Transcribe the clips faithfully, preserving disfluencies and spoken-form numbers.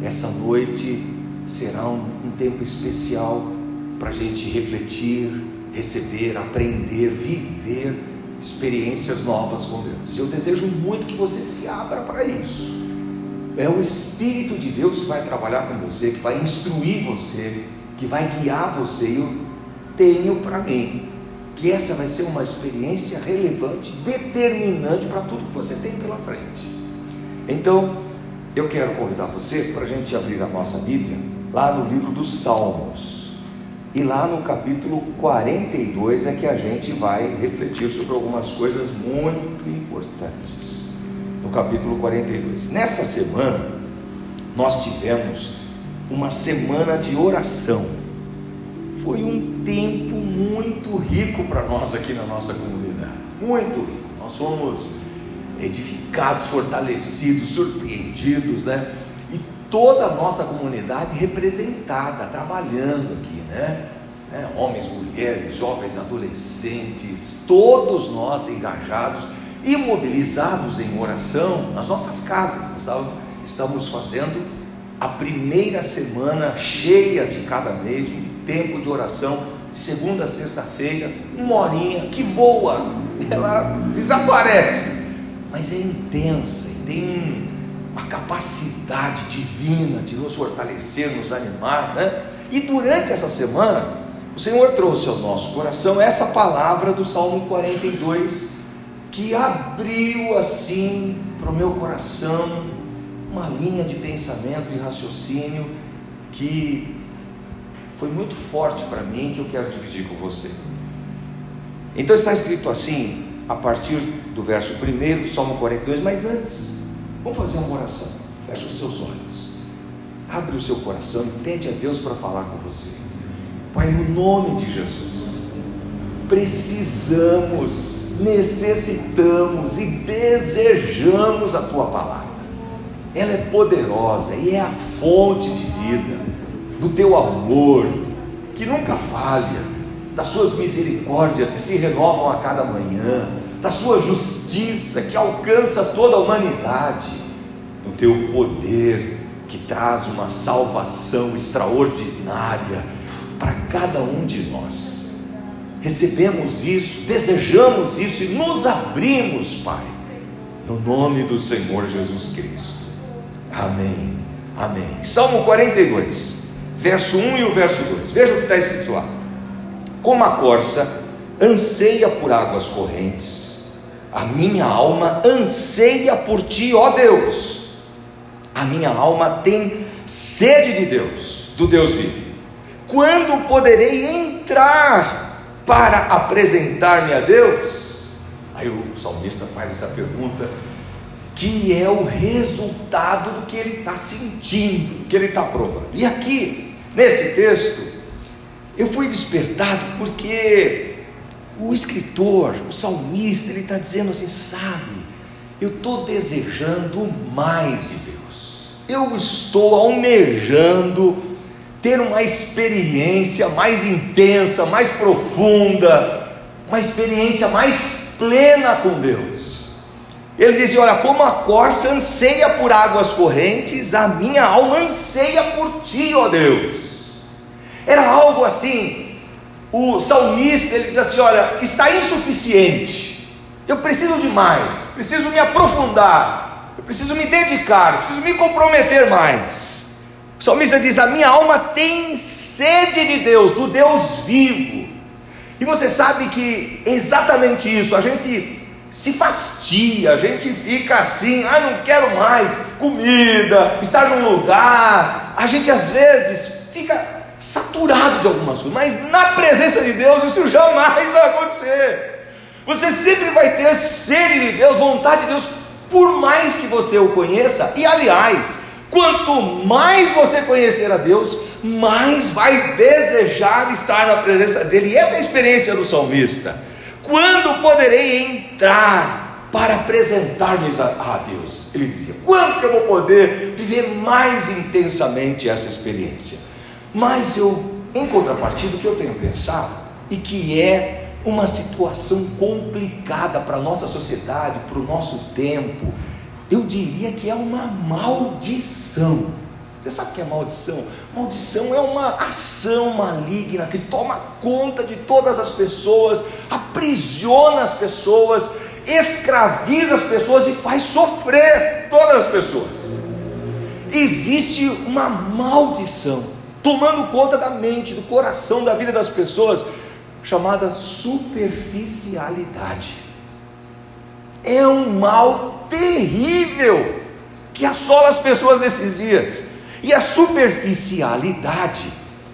essa noite será um, um tempo especial para a gente refletir, receber, aprender, viver experiências novas com Deus. Eu desejo muito que você se abra para isso. É o Espírito de Deus que vai trabalhar com você, que vai instruir você, que vai guiar você. E eu tenho para mim que essa vai ser uma experiência relevante, determinante para tudo que você tem pela frente. Então, eu quero convidar você para a gente abrir a nossa Bíblia lá no livro dos Salmos, e lá no capítulo quarenta e dois é que a gente vai refletir sobre algumas coisas muito importantes. No capítulo quarenta e dois, nessa semana nós tivemos uma semana de oração. Foi um tempo muito rico para nós aqui na nossa comunidade, muito rico. Nós fomos edificados, fortalecidos, surpreendidos, né? E toda a nossa comunidade representada, trabalhando aqui, né? É, homens, mulheres, jovens, adolescentes, todos nós engajados e mobilizados em oração nas nossas casas. Nós estamos fazendo a primeira semana cheia de cada mês, um tempo de oração, de segunda a sexta-feira, uma horinha que voa, ela desaparece, mas é intensa e tem uma capacidade divina de nos fortalecer, nos animar, né? E durante essa semana, o Senhor trouxe ao nosso coração essa palavra do Salmo quarenta e dois, que abriu assim para o meu coração uma linha de pensamento e raciocínio que foi muito forte para mim, que eu quero dividir com você. Então está escrito assim, a partir do verso primeiro do Salmo quarenta e dois, mas antes, vamos fazer uma oração. Feche os seus olhos, abre o seu coração e pede a Deus para falar com você. Pai, no nome de Jesus, precisamos, necessitamos e desejamos a Tua palavra. Ela é poderosa e é a fonte de vida, do Teu amor, que nunca falha, das Suas misericórdias que se renovam a cada manhã, da Sua justiça que alcança toda a humanidade, do Teu poder que traz uma salvação extraordinária para cada um de nós. Recebemos isso, desejamos isso e nos abrimos, Pai, no nome do Senhor Jesus Cristo. Amém, amém. Salmo quarenta e dois, verso um e o verso dois, veja o que está escrito lá. Como a corça anseia por águas correntes, a minha alma anseia por Ti, ó Deus. A minha alma tem sede de Deus, do Deus vivo. Quando poderei entrar para apresentar-me a Deus? Aí o salmista faz essa pergunta, que é o resultado do que ele está sentindo, do que ele está provando. E aqui, nesse texto, eu fui despertado porque o escritor, o salmista, ele está dizendo assim, sabe, eu estou desejando mais de Deus, eu estou almejando ter uma experiência mais intensa, mais profunda, uma experiência mais plena com Deus. Ele dizia, olha, como a corça anseia por águas correntes, a minha alma anseia por Ti, ó Deus. Era algo assim, o salmista, ele diz assim, olha, está insuficiente, eu preciso de mais, preciso me aprofundar, eu preciso me dedicar, eu preciso me comprometer mais. O salmista diz, a minha alma tem sede de Deus, do Deus vivo. E você sabe que exatamente isso, a gente se fastia, a gente fica assim, ah, não quero mais comida, estar num lugar, a gente às vezes fica saturado de algumas coisas, mas na presença de Deus isso jamais vai acontecer. Você sempre vai ter sede de Deus, vontade de Deus, por mais que você o conheça. E aliás, quanto mais você conhecer a Deus, mais vai desejar estar na presença dele. E essa é a experiência do salmista. Quando poderei entrar para apresentar-me a Deus? Ele dizia, quando que eu vou poder viver mais intensamente essa experiência? Mas eu, em contrapartida, o que eu tenho pensado, e que é uma situação complicada para a nossa sociedade, para o nosso tempo, eu diria que é uma maldição. Você sabe o que é maldição? Maldição é uma ação maligna que toma conta de todas as pessoas, aprisiona as pessoas, escraviza as pessoas e faz sofrer todas as pessoas. Existe uma maldição tomando conta da mente, do coração, da vida das pessoas, chamada superficialidade. É um mal terrível que assola as pessoas nesses dias. E a superficialidade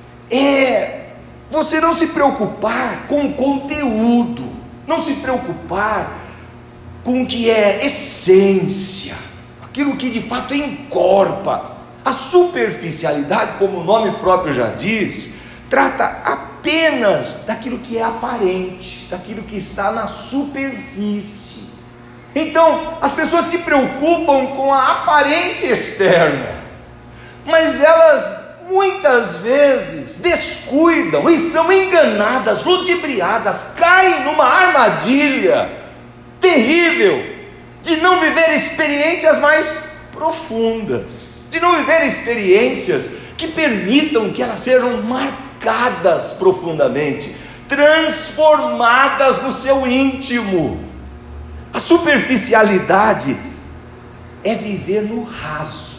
é você não se preocupar com o conteúdo, não se preocupar com o que é essência, aquilo que de fato encorpa. A superficialidade, como o nome próprio já diz, trata apenas daquilo que é aparente, daquilo que está na superfície. Então, as pessoas se preocupam com a aparência externa, mas elas muitas vezes descuidam e são enganadas, ludibriadas, caem numa armadilha terrível de não viver experiências mais profundas, de não viver experiências que permitam que elas sejam marcadas profundamente, transformadas no seu íntimo. A superficialidade é viver no raso,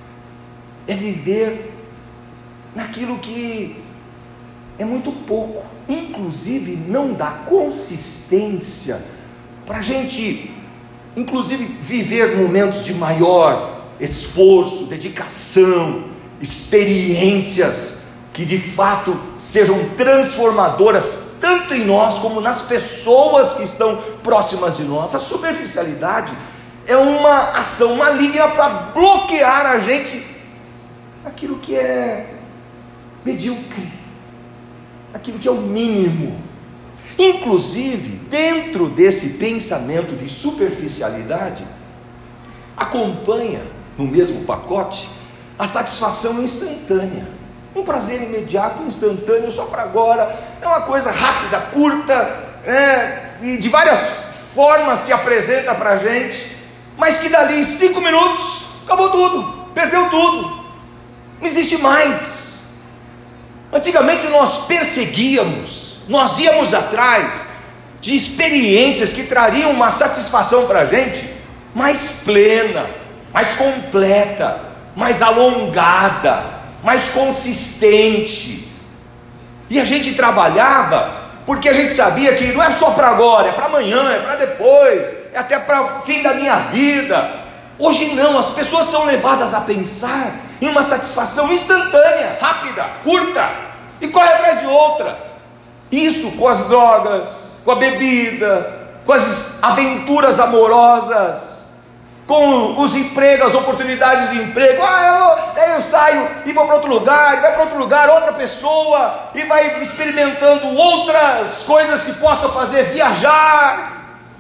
é viver naquilo que é muito pouco, inclusive não dá consistência para a gente, inclusive, viver momentos de maior esforço, dedicação, experiências que de fato sejam transformadoras, tanto em nós como nas pessoas que estão próximas de nós. A superficialidade é uma ação maligna para bloquear a gente aquilo que é medíocre, aquilo que é o mínimo. Inclusive, dentro desse pensamento de superficialidade, acompanha no mesmo pacote a satisfação instantânea, um prazer imediato, instantâneo, só para agora. É uma coisa rápida, curta, né? E de várias formas se apresenta para a gente, mas que dali cinco minutos acabou tudo, perdeu tudo, não existe mais. Antigamente nós perseguíamos, nós íamos atrás de experiências que trariam uma satisfação para a gente mais plena, mais completa, mais alongada, mais consistente. E a gente trabalhava porque a gente sabia que não é só para agora, é para amanhã, é para depois, é até para o fim da minha vida. Hoje não, as pessoas são levadas a pensar em uma satisfação instantânea, rápida, curta, e corre atrás de outra. Isso com as drogas, com a bebida, com as aventuras amorosas, com os empregos, as oportunidades de emprego. Ah, eu, vou, aí eu saio e vou para outro lugar, e vai para outro lugar, outra pessoa, e vai experimentando outras coisas que possa fazer viajar.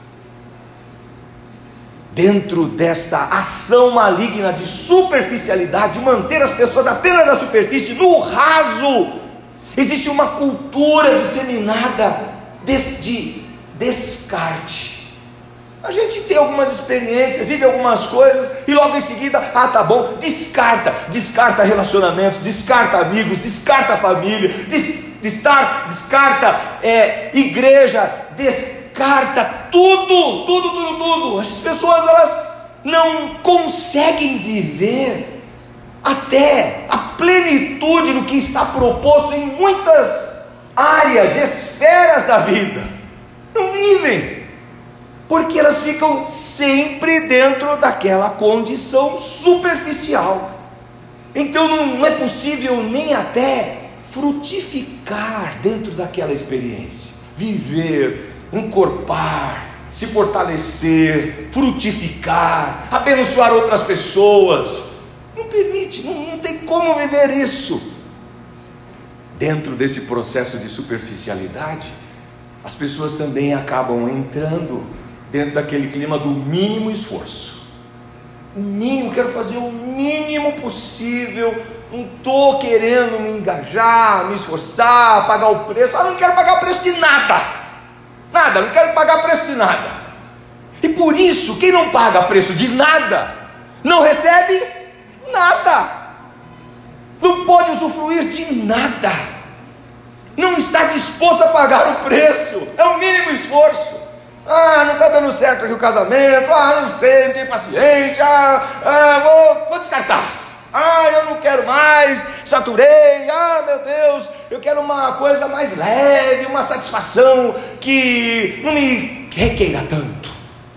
Dentro desta ação maligna de superficialidade, de manter as pessoas apenas na superfície, no raso, existe uma cultura disseminada de descarte. A gente tem algumas experiências, vive algumas coisas e logo em seguida, ah, tá bom, descarta, descarta relacionamentos, descarta amigos, descarta família, des, destar, descarta é, igreja, descarta tudo, tudo, tudo, tudo. As pessoas, elas não conseguem viver até a plenitude do que está proposto em muitas áreas, esferas da vida. Não vivem, porque elas ficam sempre dentro daquela condição superficial. Então não é possível nem até frutificar dentro daquela experiência, viver, encorpar, se fortalecer, frutificar, abençoar outras pessoas. Não permite, não, não tem como viver isso. Dentro desse processo de superficialidade, as pessoas também acabam entrando dentro daquele clima do mínimo esforço. O mínimo, quero fazer o mínimo possível, não estou querendo me engajar, me esforçar, pagar o preço. Ah, não quero pagar o preço de nada, nada, não quero pagar preço de nada. E por isso, quem não paga preço de nada, não recebe nada. usufruir de nada, não está disposto a pagar o preço, é o mínimo esforço. Ah, não está dando certo aqui o casamento, ah, não sei, não tenho paciência, ah, ah vou, vou descartar. Ah, eu não quero mais, saturei, ah, meu Deus, eu quero uma coisa mais leve, uma satisfação que não me requeira tanto.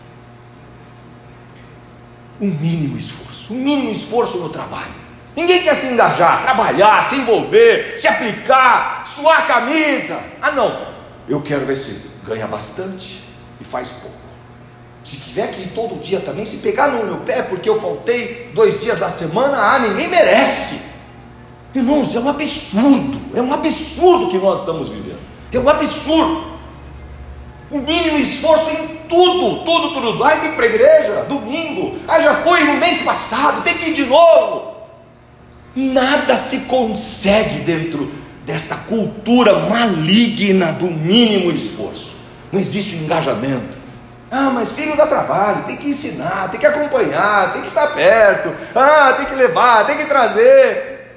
Um mínimo esforço, um mínimo esforço no trabalho. Ninguém quer se engajar, trabalhar, se envolver, se aplicar, suar a camisa. Ah não, eu quero ver se ganha bastante e faz pouco. Se tiver que ir todo dia também, se pegar no meu pé porque eu faltei dois dias da semana, ah, ninguém merece. Irmãos, é um absurdo, é um absurdo que nós estamos vivendo, é um absurdo. O mínimo esforço em tudo, tudo, tudo. Ai, tem que ir para a igreja, domingo, ah, já foi no mês passado, tem que ir de novo. Nada se consegue dentro desta cultura maligna do mínimo esforço. Não existe um engajamento. Ah, mas filho dá trabalho, tem que ensinar, tem que acompanhar, tem que estar perto, ah, tem que levar, tem que trazer.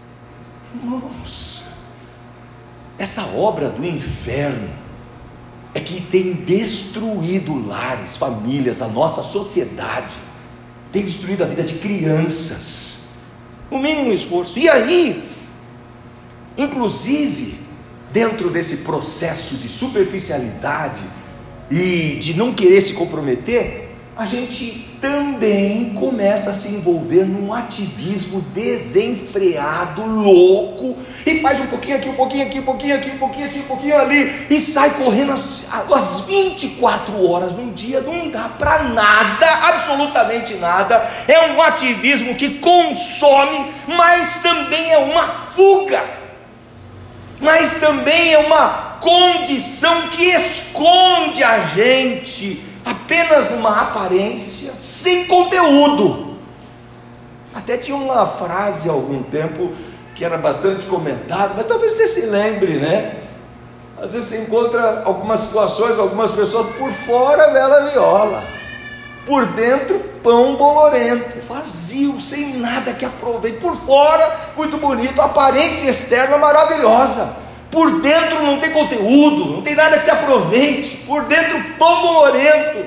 Irmãos, essa obra do inferno é que tem destruído lares, famílias, a nossa sociedade, tem destruído a vida de crianças. O mínimo esforço. E aí, inclusive, dentro desse processo de superficialidade e de não querer se comprometer, a gente também começa a se envolver num ativismo desenfreado, louco, e faz um pouquinho aqui, um pouquinho aqui, um pouquinho aqui, um pouquinho aqui, um pouquinho ali, e sai correndo as, as vinte e quatro horas num dia, não dá para nada, absolutamente nada. É um ativismo que consome, mas também é uma fuga, mas também é uma condição que esconde a gente apenas numa aparência, sem conteúdo. Até tinha uma frase há algum tempo que era bastante comentada, mas talvez você se lembre, né? Às vezes você encontra algumas situações, algumas pessoas por fora bela viola, por dentro pão bolorento, vazio, sem nada que aproveite. Por fora muito bonito, a aparência externa maravilhosa, por dentro não tem conteúdo, não tem nada que se aproveite, por dentro pão bolorento.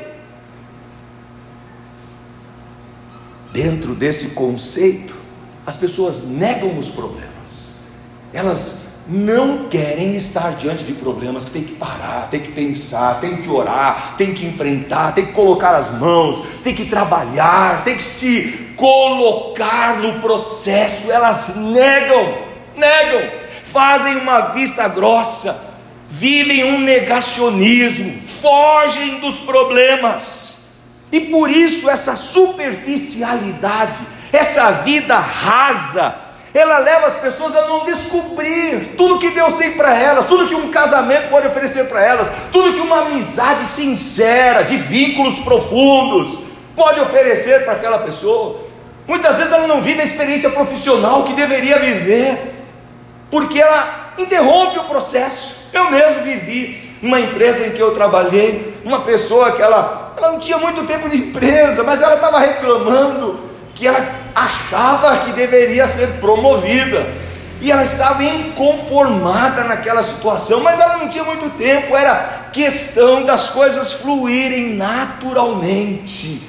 Dentro desse conceito, as pessoas negam os problemas, elas não querem estar diante de problemas que tem que parar, tem que pensar, tem que orar, tem que enfrentar, tem que colocar as mãos, tem que trabalhar, tem que se colocar no processo. Elas negam, negam, fazem uma vista grossa, vivem um negacionismo, fogem dos problemas, e por isso essa superficialidade, essa vida rasa, ela leva as pessoas a não descobrir tudo que Deus tem para elas, tudo que um casamento pode oferecer para elas, tudo que uma amizade sincera, de vínculos profundos, pode oferecer para aquela pessoa. Muitas vezes ela não vive a experiência profissional que deveria viver, porque ela interrompe o processo. Eu mesmo vivi numa empresa em que eu trabalhei, uma pessoa que ela, ela não tinha muito tempo de empresa, mas ela estava reclamando que ela achava que deveria ser promovida, e ela estava inconformada naquela situação, mas ela não tinha muito tempo, era questão das coisas fluírem naturalmente.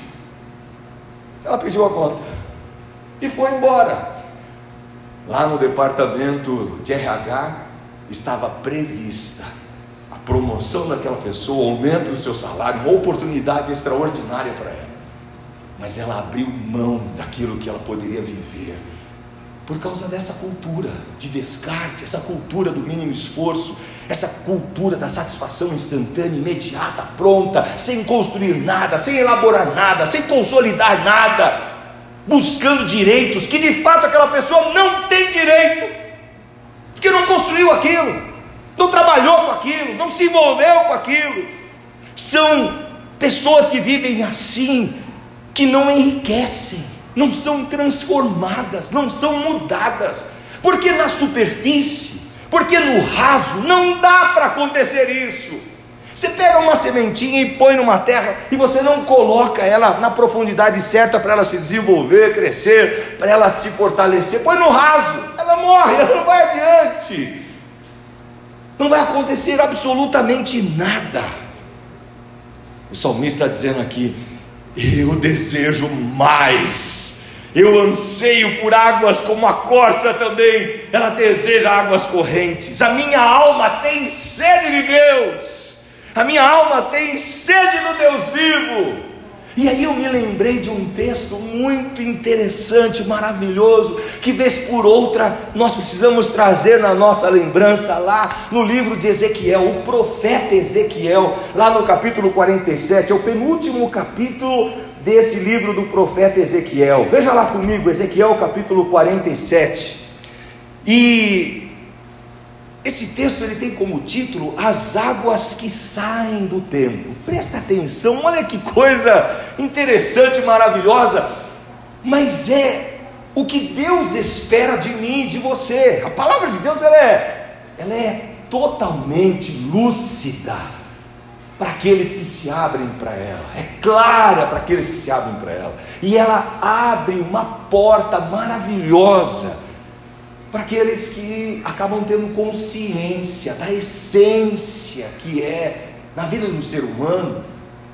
Ela pediu a conta e foi embora. Lá no departamento de R H estava prevista a promoção daquela pessoa, o aumento do seu salário, uma oportunidade extraordinária para ela, mas ela abriu mão daquilo que ela poderia viver, por causa dessa cultura de descarte, essa cultura do mínimo esforço, essa cultura da satisfação instantânea, imediata, pronta, sem construir nada, sem elaborar nada, sem consolidar nada, buscando direitos que de fato aquela pessoa não tem direito, porque não construiu aquilo, não trabalhou com aquilo, não se envolveu com aquilo. São pessoas que vivem assim, que não enriquecem, não são transformadas, não são mudadas, porque na superfície, porque no raso não dá para acontecer isso. Você pega uma sementinha e põe numa terra, e você não coloca ela na profundidade certa para ela se desenvolver, crescer, para ela se fortalecer. Põe no raso, ela morre, ela não vai adiante, não vai acontecer absolutamente nada. O salmista está dizendo aqui: eu desejo mais, eu anseio por águas como a corça também, ela deseja águas correntes. A minha alma tem sede de Deus, a minha alma tem sede do Deus vivo. E aí eu me lembrei de um texto muito interessante, maravilhoso, que vez por outra nós precisamos trazer na nossa lembrança, lá no livro de Ezequiel, o profeta Ezequiel, lá no capítulo quarenta e sete, é o penúltimo capítulo desse livro do profeta Ezequiel. Veja lá comigo, Ezequiel capítulo quarenta e sete, e esse texto ele tem como título: as águas que saem do templo. Presta atenção, olha que coisa interessante e maravilhosa, mas é o que Deus espera de mim e de você. A palavra de Deus ela é, ela é totalmente lúcida para aqueles que se abrem para ela, é clara para aqueles que se abrem para ela, e ela abre uma porta maravilhosa para aqueles que acabam tendo consciência da essência que é, na vida do ser humano,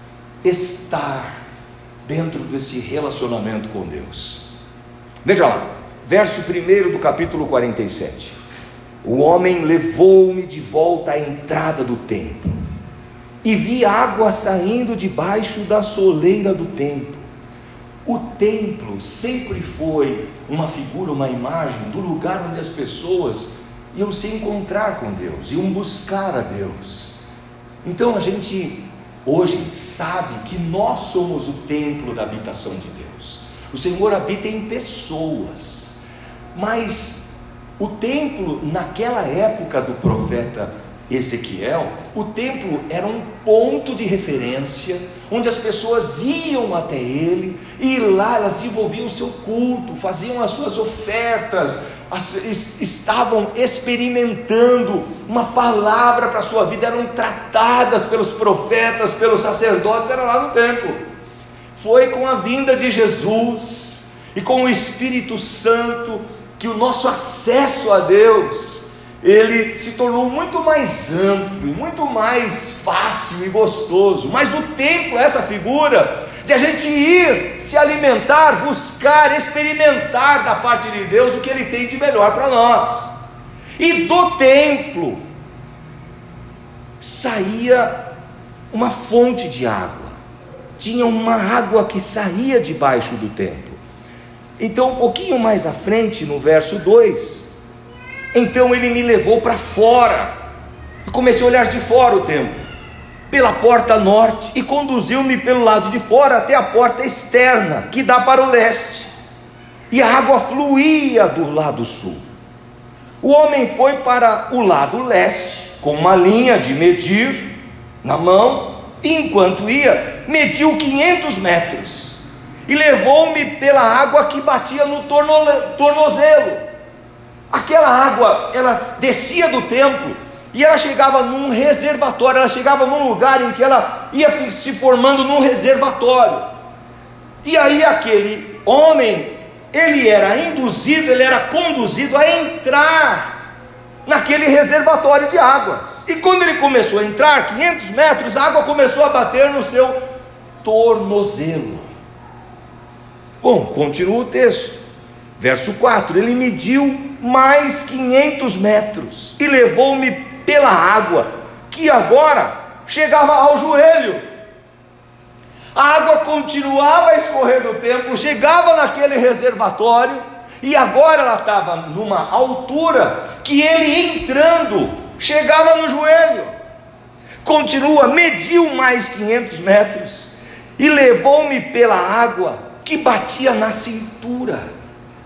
estar dentro desse relacionamento com Deus. Veja lá, verso primeiro do capítulo quarenta e sete: o homem levou-me de volta à entrada do templo, e vi água saindo debaixo da soleira do templo. O templo sempre foi uma figura, uma imagem do lugar onde as pessoas iam se encontrar com Deus, iam buscar a Deus. Então a gente hoje sabe que nós somos o templo da habitação de Deus. O Senhor habita em pessoas, mas o templo naquela época do profeta Ezequiel, o templo era um ponto de referência, onde as pessoas iam até ele, e lá elas desenvolviam o seu culto, faziam as suas ofertas, as, estavam experimentando uma palavra para a sua vida, eram tratadas pelos profetas, pelos sacerdotes, era lá no templo. Foi com a vinda de Jesus e com o Espírito Santo que o nosso acesso a Deus ele se tornou muito mais amplo, muito mais fácil e gostoso. Mas o templo é essa figura de a gente ir, se alimentar, buscar, experimentar da parte de Deus o que Ele tem de melhor para nós. E do templo saía uma fonte de água, tinha uma água que saía debaixo do templo. Então um pouquinho mais à frente, no verso dois, então ele me levou para fora, e comecei a olhar de fora o templo, pela porta norte, e conduziu-me pelo lado de fora até a porta externa, que dá para o leste, e a água fluía do lado sul. O homem foi para o lado leste, com uma linha de medir na mão, e enquanto ia, mediu quinhentos metros, e levou-me pela água que batia no tornozelo. Aquela água, ela descia do templo, e ela chegava num reservatório, ela chegava num lugar em que ela ia se formando num reservatório, e aí aquele homem, ele era induzido, ele era conduzido a entrar naquele reservatório de águas, e quando ele começou a entrar, quinhentos metros, a água começou a bater no seu tornozelo. Bom, continua o texto, verso quatro, ele mediu mais quinhentos metros, e levou-me pela água, que agora chegava ao joelho. A água continuava a escorrer do templo, chegava naquele reservatório, e agora ela estava numa altura, que ele entrando, chegava no joelho. Continua, mediu mais quinhentos metros, e levou-me pela água, que batia na cintura.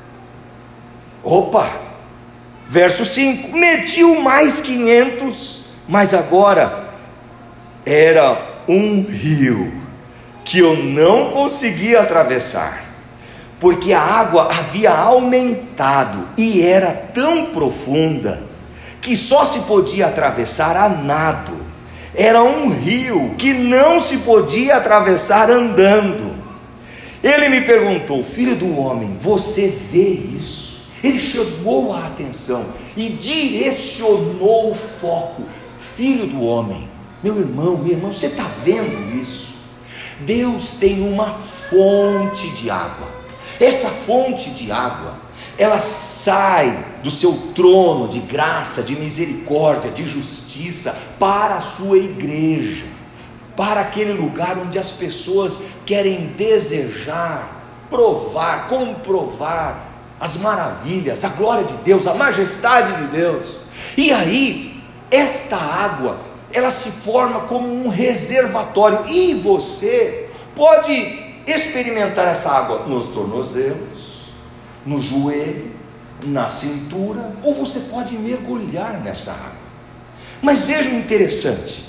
Opa, verso cinco, mediu mais quinhentos, mas agora era um rio, que eu não conseguia atravessar, porque a água havia aumentado, e era tão profunda, que só se podia atravessar a nado. Era um rio, que não se podia atravessar andando. Ele me perguntou: filho do homem, você vê isso? Ele chamou a atenção e direcionou o foco. Filho do homem, meu irmão, minha irmã, você está vendo isso? Deus tem uma fonte de água. Essa fonte de água, ela sai do seu trono de graça, de misericórdia, de justiça, para a sua igreja, para aquele lugar onde as pessoas querem desejar, provar, comprovar as maravilhas, a glória de Deus, a majestade de Deus. E aí, esta água, ela se forma como um reservatório, e você pode experimentar essa água nos tornozelos, no joelho, na cintura, ou você pode mergulhar nessa água. Mas veja o interessante,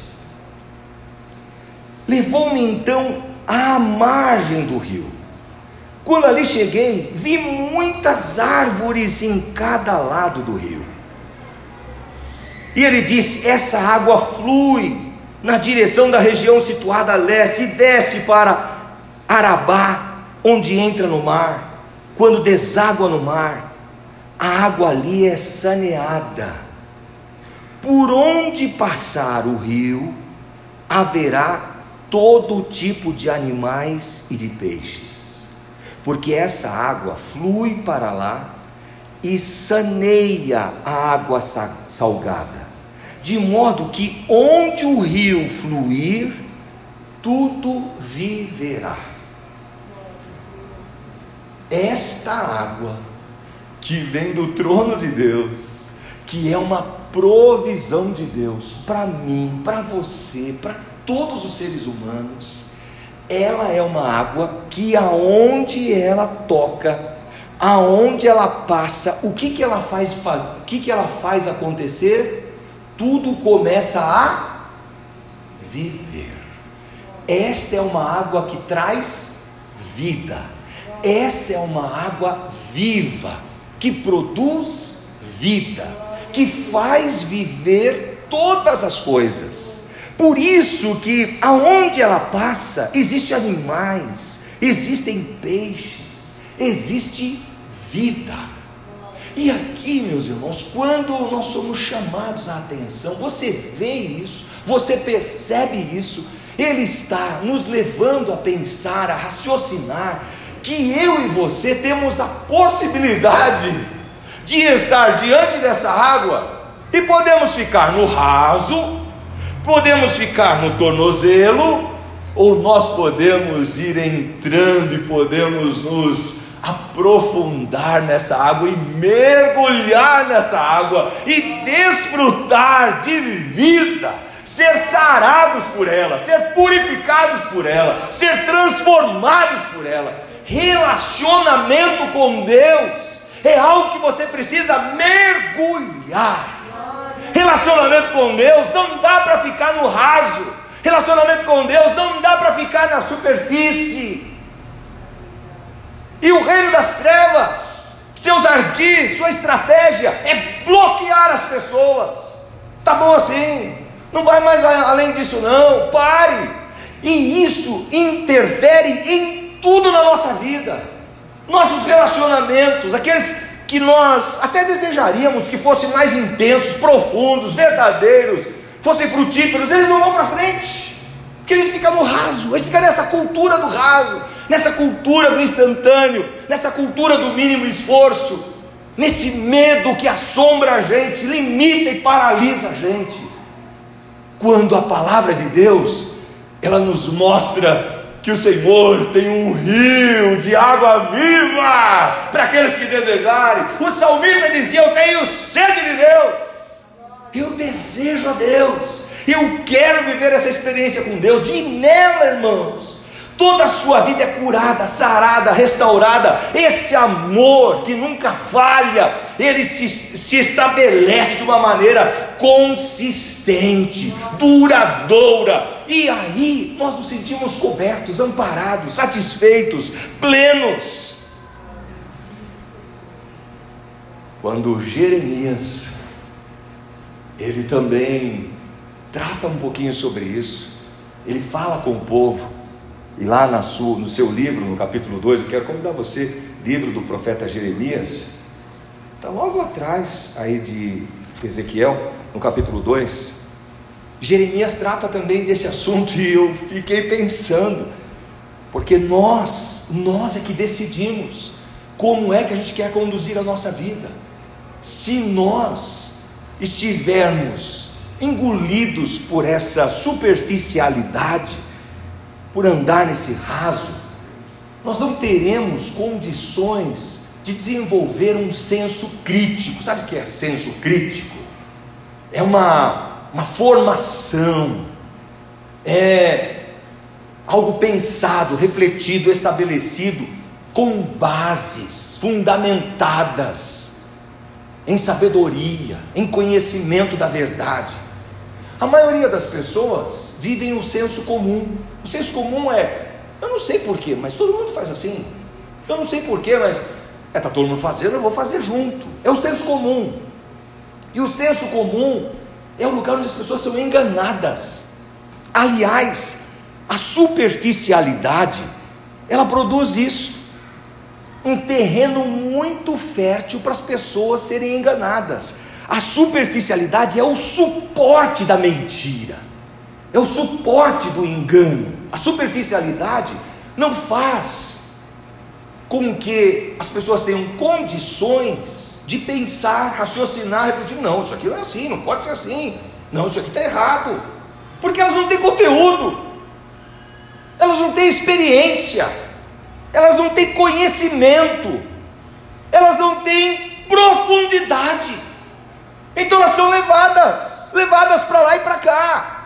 levou-me então à margem do rio. Quando ali cheguei, vi muitas árvores em cada lado do rio. E ele disse: essa água flui na direção da região situada a leste e desce para Arabá, onde entra no mar. Quando deságua no mar, a água ali é saneada. Por onde passar o rio, haverá todo tipo de animais e de peixes, porque essa água flui para lá e saneia a água salgada, de modo que onde o rio fluir, tudo viverá. Esta água que vem do trono de Deus, que é uma provisão de Deus para mim, para você, para todos os seres humanos, ela é uma água que aonde ela toca, aonde ela passa, o que que ela faz, faz o que que ela faz acontecer? Tudo começa a viver. Esta é uma água que traz vida. Essa é uma água viva, que produz vida, que faz viver todas as coisas. Por isso que aonde ela passa, existem animais, existem peixes, existe vida. E aqui, meus irmãos, quando nós somos chamados à atenção, você vê isso, você percebe isso, Ele está nos levando a pensar, a raciocinar, que eu e você temos a possibilidade de estar diante dessa água, e podemos ficar no raso, podemos ficar no tornozelo, ou nós podemos ir entrando e podemos nos aprofundar nessa água e mergulhar nessa água e desfrutar de vida, ser sarados por ela, ser purificados por ela, ser transformados por ela. Relacionamento com Deus é algo que você precisa mergulhar. Relacionamento com Deus não dá para ficar no raso. Relacionamento com Deus não dá para ficar na superfície. E o reino das trevas, seus ardis, sua estratégia é bloquear as pessoas. Tá bom assim, não vai mais além disso não, pare. E isso interfere em tudo na nossa vida. Nossos relacionamentos, aqueles que nós até desejaríamos que fossem mais intensos, profundos, verdadeiros, fossem frutíferos, eles não vão para frente, porque a gente fica no raso, a gente fica nessa cultura do raso, nessa cultura do instantâneo, nessa cultura do mínimo esforço, nesse medo que assombra a gente, limita e paralisa a gente, quando a palavra de Deus, ela nos mostra que o Senhor tem um rio de água viva para aqueles que desejarem. O salmista dizia: eu tenho sede de Deus, eu desejo a Deus, eu quero viver essa experiência com Deus, e nela, irmãos, toda a sua vida é curada, sarada, restaurada. Esse amor que nunca falha, ele se, se estabelece de uma maneira consistente, duradoura, e aí nós nos sentimos cobertos, amparados, satisfeitos, plenos. Quando Jeremias, ele também trata um pouquinho sobre isso, ele fala com o povo, e lá na sua, no seu livro, no capítulo dois, eu quero convidar você, livro do profeta Jeremias, está logo atrás aí de Ezequiel, no capítulo dois. Jeremias trata também desse assunto e eu fiquei pensando, porque nós, nós é que decidimos como é que a gente quer conduzir a nossa vida. Se nós estivermos engolidos por essa superficialidade, por andar nesse raso, nós não teremos condições de desenvolver um senso crítico. Sabe o que é senso crítico? É uma, uma formação, é algo pensado, refletido, estabelecido, com bases fundamentadas em sabedoria, em conhecimento da verdade. A maioria das pessoas vivem o senso comum. O senso comum é, eu não sei porquê, mas todo mundo faz assim. Eu não sei porquê, mas é, tá todo mundo fazendo, eu vou fazer junto. É o senso comum. E o senso comum é o lugar onde as pessoas são enganadas. Aliás, a superficialidade, ela produz isso, um terreno muito fértil para as pessoas serem enganadas. A superficialidade é o suporte da mentira, é o suporte do engano. A superficialidade não faz com que as pessoas tenham condições de pensar, raciocinar, refletir. Não, isso aqui não é assim, não pode ser assim. Não, isso aqui está errado. Porque elas não têm conteúdo, elas não têm experiência, elas não têm conhecimento, elas não têm profundidade. Então elas são levadas, levadas para lá e para cá.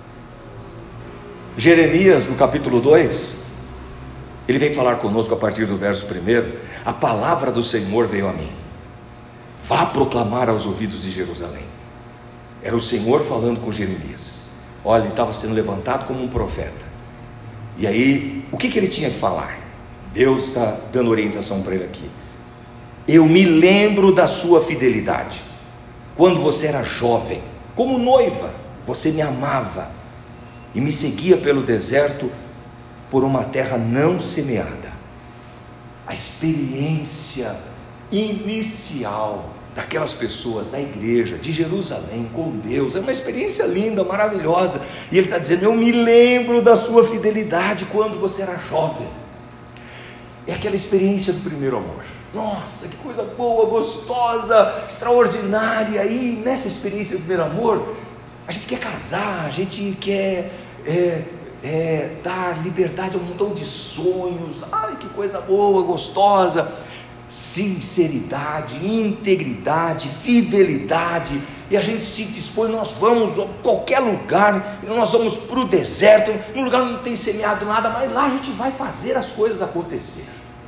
Jeremias, no capítulo dois, ele vem falar conosco a partir do verso primeiro. A palavra do Senhor veio a mim: vá proclamar aos ouvidos de Jerusalém. Era o Senhor falando com Jeremias. Olha, ele estava sendo levantado como um profeta. E aí, o que, que ele tinha que falar? Deus está dando orientação para ele aqui. Eu me lembro da sua fidelidade. Quando você era jovem, como noiva, você me amava e me seguia pelo deserto por uma terra não semeada. A experiência inicial daquelas pessoas da igreja de Jerusalém com Deus é uma experiência linda, maravilhosa. E ele está dizendo: eu me lembro da sua fidelidade quando você era jovem. É aquela experiência do primeiro amor. Nossa, que coisa boa, gostosa, extraordinária. E nessa experiência do primeiro amor, a gente quer casar, a gente quer é, é, dar liberdade a um montão de sonhos. Ai, que coisa boa, gostosa. Sinceridade, integridade, fidelidade. E a gente se dispõe, nós vamos a qualquer lugar, nós vamos para o deserto, num lugar onde não tem semeado nada, mas lá a gente vai fazer as coisas acontecer.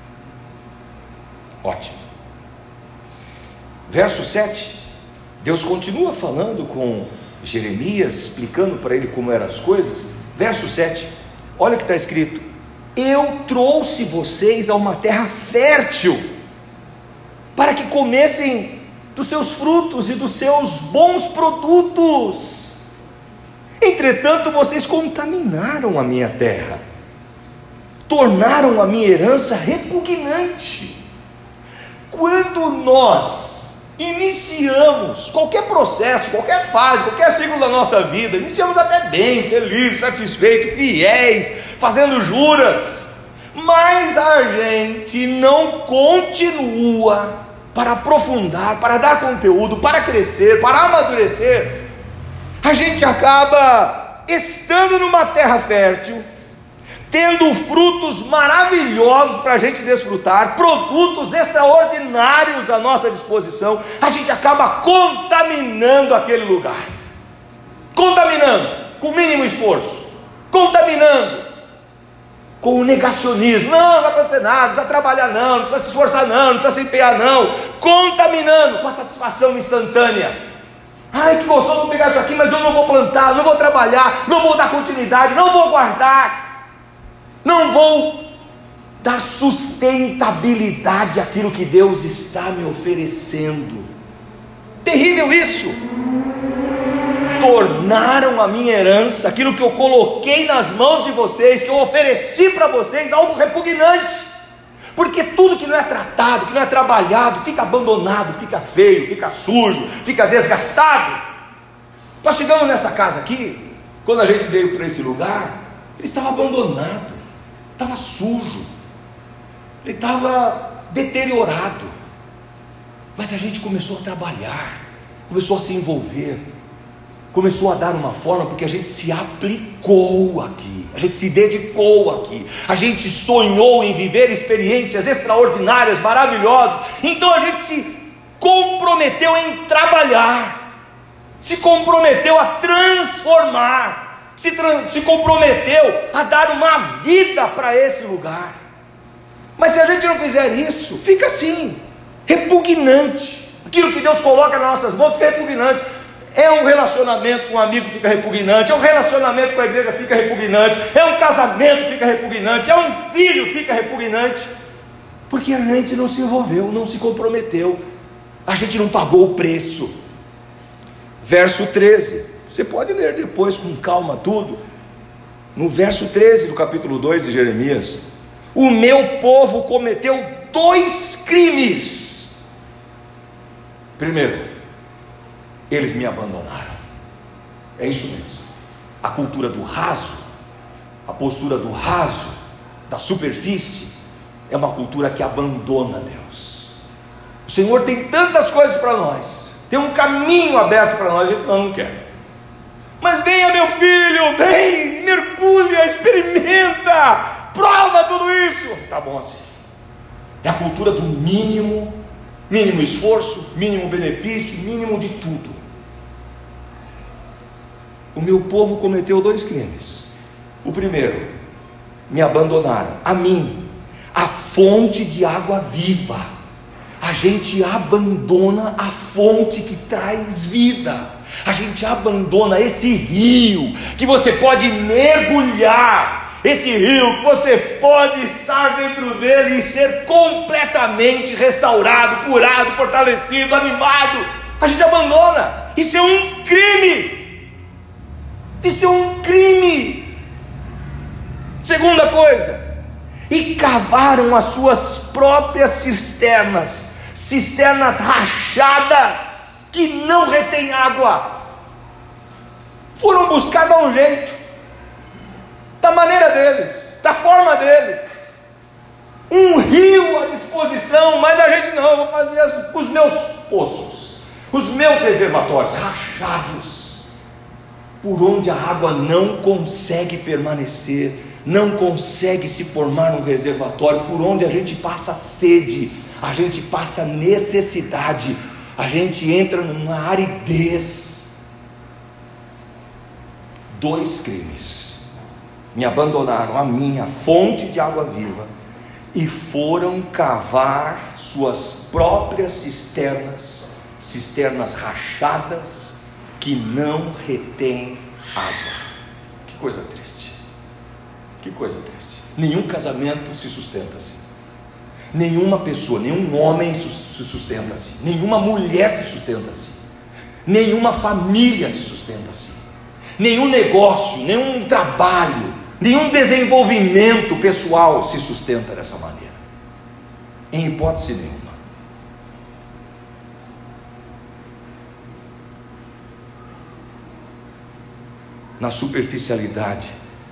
Ótimo. Verso sete, Deus continua falando com Jeremias, explicando para ele como eram as coisas. Verso sete, olha o que está escrito: eu trouxe vocês a uma terra fértil, para que comessem dos seus frutos e dos seus bons produtos. Entretanto, vocês contaminaram a minha terra, tornaram a minha herança repugnante. Quando nós iniciamos qualquer processo, qualquer fase, qualquer ciclo da nossa vida, iniciamos até bem, felizes, satisfeitos, fiéis, fazendo juras, mas a gente não continua para aprofundar, para dar conteúdo, para crescer, para amadurecer. A gente acaba estando numa terra fértil, tendo frutos maravilhosos para a gente desfrutar, produtos extraordinários à nossa disposição. A gente acaba contaminando aquele lugar, contaminando com o mínimo esforço, contaminando com o negacionismo. Não, não vai acontecer nada, não precisa trabalhar não, não precisa se esforçar não, não precisa se empenhar não. Contaminando com a satisfação instantânea. Ai, que gostoso, vou pegar isso aqui, mas eu não vou plantar, não vou trabalhar, não vou dar continuidade, não vou guardar, não vou dar sustentabilidade àquilo que Deus está me oferecendo. Terrível isso. Tornaram a minha herança, aquilo que eu coloquei nas mãos de vocês, que eu ofereci para vocês, algo repugnante. Porque tudo que não é tratado, que não é trabalhado, fica abandonado, fica feio, fica sujo, fica desgastado. Nós chegamos nessa casa aqui, quando a gente veio para esse lugar, ele estava abandonado, estava sujo, ele estava deteriorado. Mas a gente começou a trabalhar, começou a se envolver, começou a dar uma forma, porque a gente se aplicou aqui, a gente se dedicou aqui, a gente sonhou em viver experiências extraordinárias, maravilhosas. Então a gente se comprometeu em trabalhar, se comprometeu a transformar, se, tra- se comprometeu a dar uma vida para esse lugar. Mas se a gente não fizer isso, fica assim, repugnante. Aquilo que Deus coloca nas nossas mãos fica repugnante. É um relacionamento com um amigo, fica repugnante. É um relacionamento com a igreja, fica repugnante. É um casamento, fica repugnante. É um filho, fica repugnante. Porque a gente não se envolveu, não se comprometeu. A gente não pagou o preço. Verso treze. Você pode ler depois com calma tudo. No verso treze do capítulo dois de Jeremias: o meu povo cometeu dois crimes. Primeiro, eles me abandonaram. É isso mesmo. A cultura do raso, a postura do raso, da superfície, é uma cultura que abandona Deus. O Senhor tem tantas coisas para nós, tem um caminho aberto para nós, a gente não, não quer. Mas venha, meu filho, vem, mergulha, experimenta, prova tudo isso. Tá bom assim. É a cultura do mínimo, mínimo esforço, mínimo benefício, mínimo de tudo. O meu povo cometeu dois crimes. O primeiro, me abandonaram, a mim, a fonte de água viva. A gente abandona a fonte que traz vida. A gente abandona esse rio que você pode mergulhar, esse rio que você pode estar dentro dele e ser completamente restaurado, curado, fortalecido, animado. A gente abandona. Isso é um crime. Isso é um crime. Segunda coisa, e cavaram as suas próprias cisternas, cisternas rachadas, que não retêm água. Foram buscar dar um jeito, da maneira deles, da forma deles, um rio à disposição. Mas a gente não, eu vou fazer as, os meus poços, os meus reservatórios rachados, por onde a água não consegue permanecer, não consegue se formar um reservatório, por onde a gente passa sede, a gente passa necessidade, a gente entra numa aridez. Dois crimes: me abandonaram a minha fonte de água viva e foram cavar suas próprias cisternas, cisternas rachadas, que não retém água. Que coisa triste, que coisa triste. Nenhum casamento se sustenta assim, nenhuma pessoa, nenhum homem se sustenta assim, nenhuma mulher se sustenta assim, nenhuma família se sustenta assim, nenhum negócio, nenhum trabalho, nenhum desenvolvimento pessoal se sustenta dessa maneira, em hipótese nenhuma. Na superficialidade,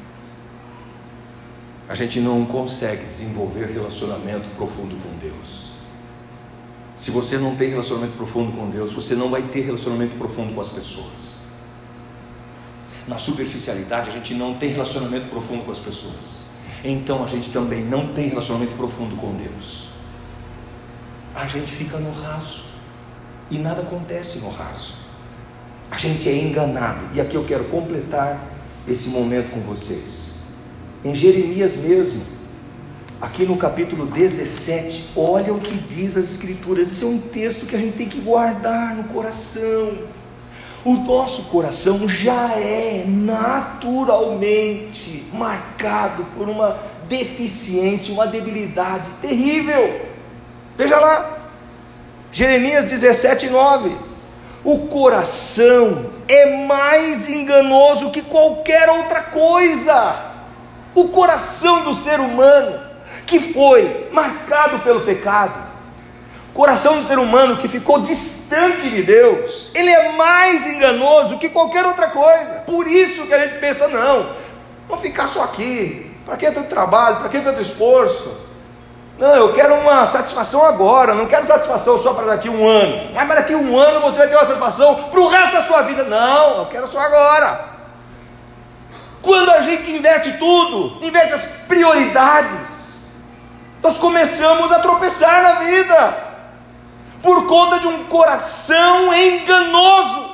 a gente não consegue desenvolver relacionamento profundo com Deus. Se você não tem relacionamento profundo com Deus, você não vai ter relacionamento profundo com as pessoas. Na superficialidade, a gente não tem relacionamento profundo com as pessoas, então a gente também não tem relacionamento profundo com Deus. A gente fica no raso, e nada acontece no raso. A gente é enganado. E aqui eu quero completar esse momento com vocês. Em Jeremias mesmo, aqui no capítulo dezessete, olha o que diz as escrituras. Esse é um texto que a gente tem que guardar no coração. O nosso coração já é naturalmente marcado por uma deficiência, uma debilidade terrível. Veja lá, Jeremias dezessete, nove. O coração é mais enganoso que qualquer outra coisa. O coração do ser humano, que que foi marcado pelo pecado. O coração do ser humano que ficou distante de Deus, ele é mais enganoso que qualquer outra coisa. Por isso que a gente pensa, não, vamos ficar só aqui, para que tanto trabalho, para que tanto esforço? Não, eu quero uma satisfação agora, não quero satisfação só para daqui a um ano. Mas daqui a um ano você vai ter uma satisfação para o resto da sua vida. Não, eu quero só agora. Quando a gente inverte tudo, inverte as prioridades, nós começamos a tropeçar na vida, por conta de um coração enganoso.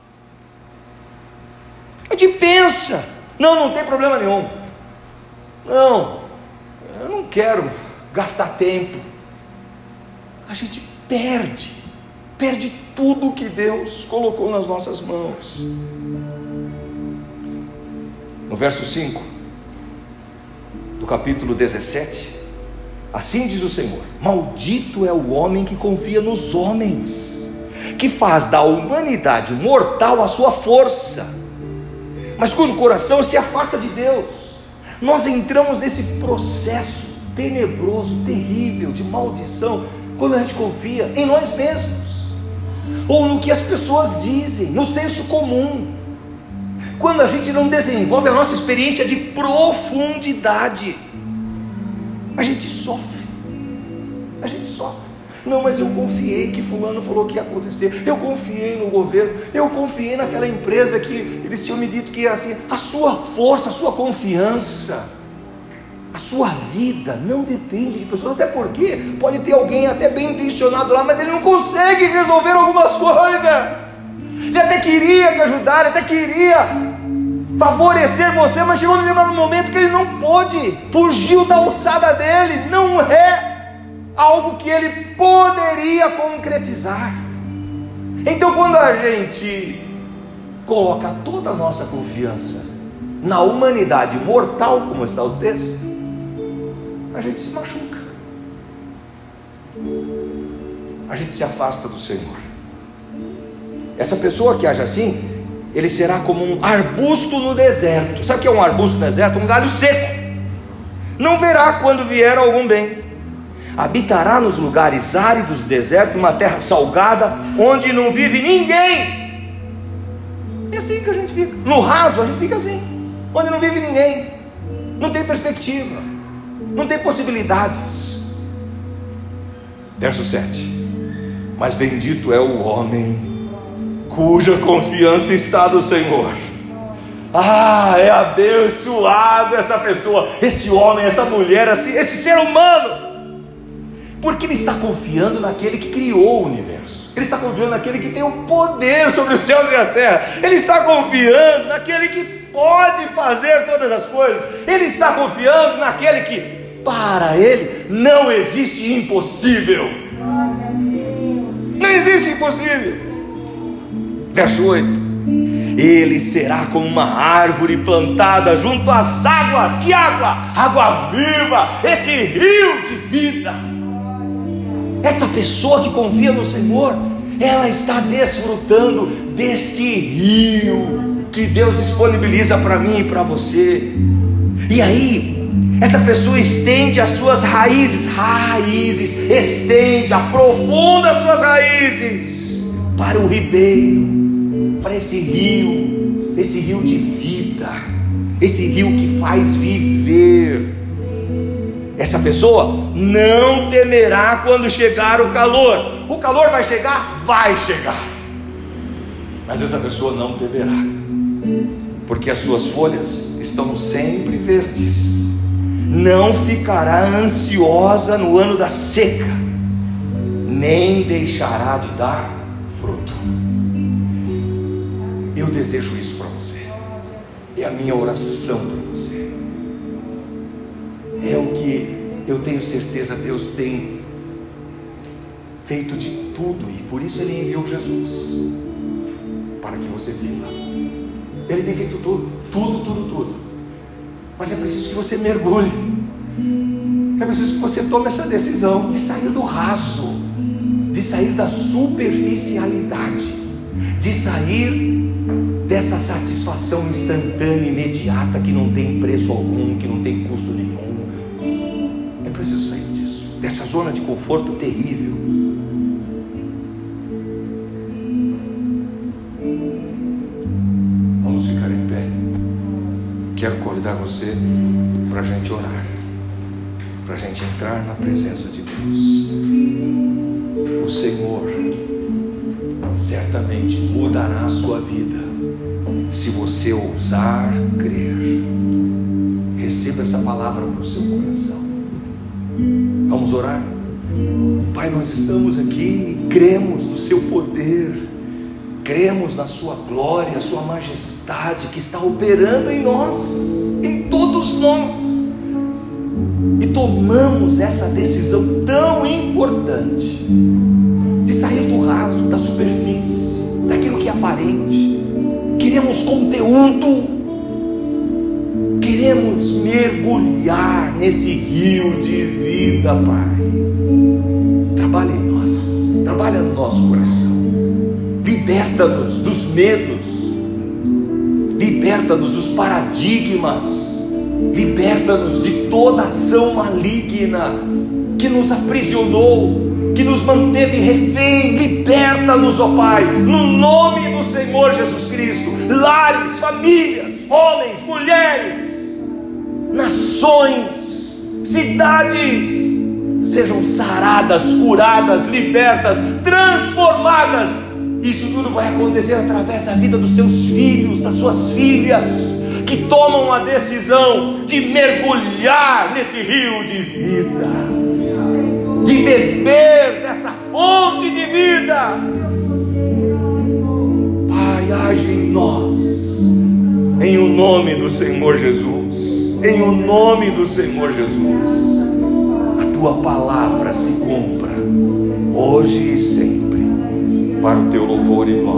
A gente pensa, não, não tem problema nenhum, não, eu não quero gastar tempo. A gente perde, perde tudo que Deus colocou nas nossas mãos. No verso cinco do capítulo dezessete, assim diz o Senhor: maldito é o homem que confia nos homens, que faz da humanidade mortal a sua força, mas cujo coração se afasta de Deus. Nós entramos nesse processo tenebroso, terrível, de maldição, quando a gente confia em nós mesmos, ou no que as pessoas dizem, no senso comum, quando a gente não desenvolve a nossa experiência de profundidade. A gente sofre, a gente sofre. Não, mas eu confiei que fulano falou que ia acontecer, eu confiei no governo, eu confiei naquela empresa que eles tinham me dito que ia assim. A sua força, a sua confiança, a sua vida não depende de pessoas, até porque pode ter alguém até bem intencionado lá, mas ele não consegue resolver algumas coisas. Ele até queria te ajudar, ele até queria favorecer você, mas chegou num momento que ele não pôde, fugiu da alçada dele, não é algo que ele poderia concretizar. Então, quando a gente coloca toda a nossa confiança na humanidade mortal, como está o texto, a gente se machuca, a gente se afasta do Senhor. Essa pessoa que age assim, ele será como um arbusto no deserto. Sabe o que é um arbusto no deserto? Um galho seco. Não verá quando vier algum bem. Habitará nos lugares áridos do deserto, numa terra salgada, onde não vive ninguém. É assim que a gente fica. No raso a gente fica assim, onde não vive ninguém, não tem perspectiva, não tem possibilidades. Verso sete: mas bendito é o homem cuja confiança está no Senhor. Ah, é abençoado essa pessoa, esse homem, essa mulher, esse, esse ser humano, porque ele está confiando naquele que criou o universo, ele está confiando naquele que tem o poder sobre os céus e a terra, ele está confiando naquele que pode fazer todas as coisas, ele está confiando naquele que, para ele, não existe impossível. Não existe impossível. Verso oito: ele será como uma árvore plantada junto às águas. Que água? Água viva, esse rio de vida. Essa pessoa que confia no Senhor, ela está desfrutando deste rio que Deus disponibiliza para mim e para você. E aí, essa pessoa estende as suas raízes, raízes, estende, aprofunda as suas raízes para o ribeiro, para esse rio, esse rio de vida, esse rio que faz viver. Essa pessoa não temerá quando chegar o calor. O calor vai chegar? Vai chegar. Mas essa pessoa não temerá, porque as suas folhas estão sempre verdes. Não ficará ansiosa no ano da seca, nem deixará de dar fruto. Eu desejo isso para você, é a minha oração para você, é o que eu tenho certeza Deus tem feito de tudo, e por isso Ele enviou Jesus, para que você viva. Ele tem feito tudo, tudo, tudo, tudo, mas é preciso que você mergulhe, é preciso que você tome essa decisão de sair do raso, de sair da superficialidade, de sair dessa satisfação instantânea, imediata, que não tem preço algum, que não tem custo nenhum. É preciso dessa zona de conforto terrível. Vamos ficar em pé. Quero convidar você para a gente orar, para a gente entrar na presença de Deus. O Senhor certamente mudará a sua vida, se você ousar crer. Receba essa palavra para o seu coração. Vamos orar? Pai, nós estamos aqui e cremos no seu poder, cremos na sua glória, sua majestade que está operando em nós, em todos nós, e tomamos essa decisão tão importante de sair do raso, da superfície, daquilo que é aparente. Queremos conteúdo, queremos mergulhar nesse rio de vida, Pai. Trabalha em nós, trabalha no nosso coração, liberta-nos dos medos, liberta-nos dos paradigmas, liberta-nos de toda ação maligna que nos aprisionou, que nos manteve refém. Liberta-nos, ó Pai, no nome do Senhor Jesus Cristo. Lares, famílias, homens, mulheres, nações, cidades sejam saradas, curadas, libertas, transformadas. Isso tudo vai acontecer através da vida dos seus filhos, das suas filhas, que tomam a decisão de mergulhar nesse rio de vida, de beber dessa fonte de vida. Pai, age em nós, em o nome do Senhor Jesus, em o nome do Senhor Jesus. A tua palavra se cumpra, hoje e sempre, para o teu louvor e glória.